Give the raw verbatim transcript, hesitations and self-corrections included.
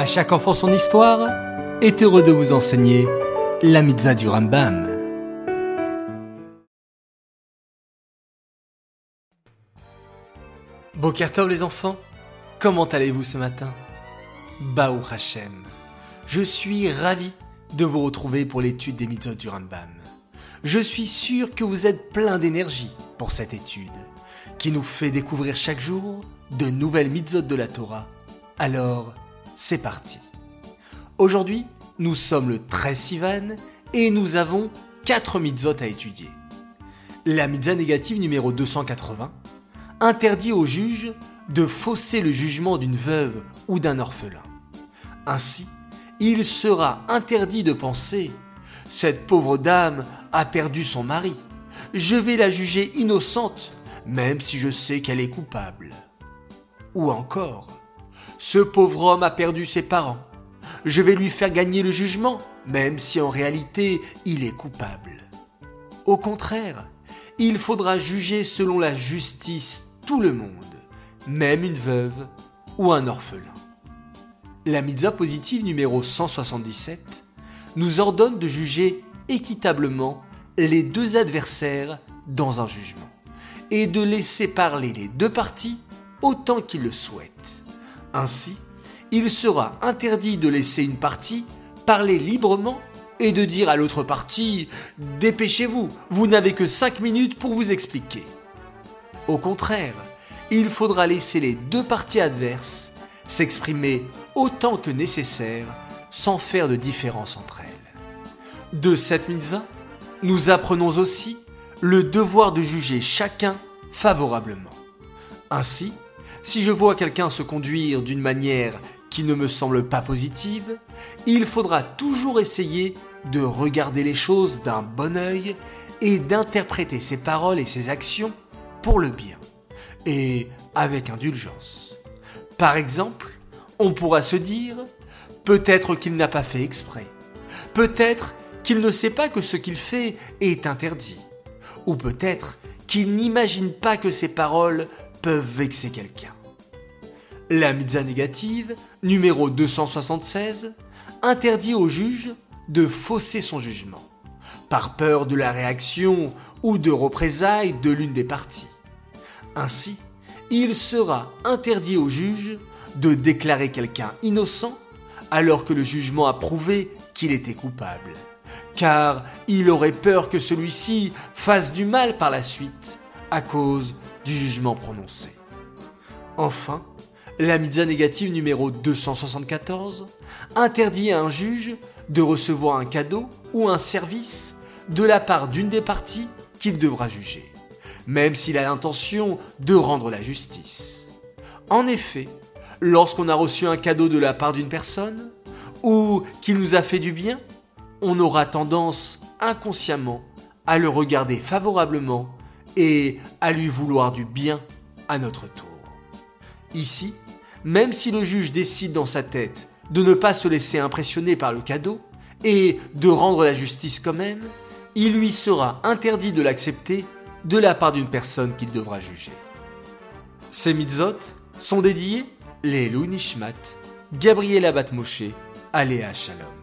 À chaque enfant son histoire est heureux de vous enseigner la mitzvah du Rambam. Boker Tov les enfants, comment allez-vous ce matin? Baruch Hashem, je suis ravi de vous retrouver pour l'étude des mitzvot du Rambam. Je suis sûr que vous êtes plein d'énergie pour cette étude, qui nous fait découvrir chaque jour de nouvelles mitzvot de la Torah. Alors, c'est parti. Aujourd'hui, nous sommes le treize Sivan et nous avons quatre mitzvot à étudier. La mitzvah négative numéro deux cent quatre-vingts interdit au juge de fausser le jugement d'une veuve ou d'un orphelin. Ainsi, il sera interdit de penser « Cette pauvre dame a perdu son mari. Je vais la juger innocente, même si je sais qu'elle est coupable. » Ou encore « Ce pauvre homme a perdu ses parents. Je vais lui faire gagner le jugement, même si en réalité il est coupable. » Au contraire, il faudra juger selon la justice tout le monde, même une veuve ou un orphelin. La mitzvah positive numéro cent soixante-dix-sept nous ordonne de juger équitablement les deux adversaires dans un jugement et de laisser parler les deux parties autant qu'ils le souhaitent. Ainsi, il sera interdit de laisser une partie parler librement et de dire à l'autre partie « Dépêchez-vous, vous n'avez que cinq minutes pour vous expliquer ». Au contraire, il faudra laisser les deux parties adverses s'exprimer autant que nécessaire sans faire de différence entre elles. De cette mitzvah, nous apprenons aussi le devoir de juger chacun favorablement. Ainsi, si je vois quelqu'un se conduire d'une manière qui ne me semble pas positive, il faudra toujours essayer de regarder les choses d'un bon œil et d'interpréter ses paroles et ses actions pour le bien, et avec indulgence. Par exemple, on pourra se dire « Peut-être qu'il n'a pas fait exprès. Peut-être qu'il ne sait pas que ce qu'il fait est interdit. Ou peut-être qu'il n'imagine pas que ses paroles peuvent vexer quelqu'un. » La mitzvah négative, numéro deux cent soixante-seize, interdit au juge de fausser son jugement, par peur de la réaction ou de représailles de l'une des parties. Ainsi, il sera interdit au juge de déclarer quelqu'un innocent alors que le jugement a prouvé qu'il était coupable, car il aurait peur que celui-ci fasse du mal par la suite à cause du jugement prononcé. Enfin, la mitzvah négative numéro deux cent soixante-quatorze interdit à un juge de recevoir un cadeau ou un service de la part d'une des parties qu'il devra juger, même s'il a l'intention de rendre la justice. En effet, lorsqu'on a reçu un cadeau de la part d'une personne ou qu'il nous a fait du bien, on aura tendance inconsciemment à le regarder favorablement et à lui vouloir du bien à notre tour. Ici, même si le juge décide dans sa tête de ne pas se laisser impressionner par le cadeau et de rendre la justice quand même, il lui sera interdit de l'accepter de la part d'une personne qu'il devra juger. Ces mitzvot sont dédiés les Louis Nishmat, Gabriela Bat Moshe, Aléa Shalom.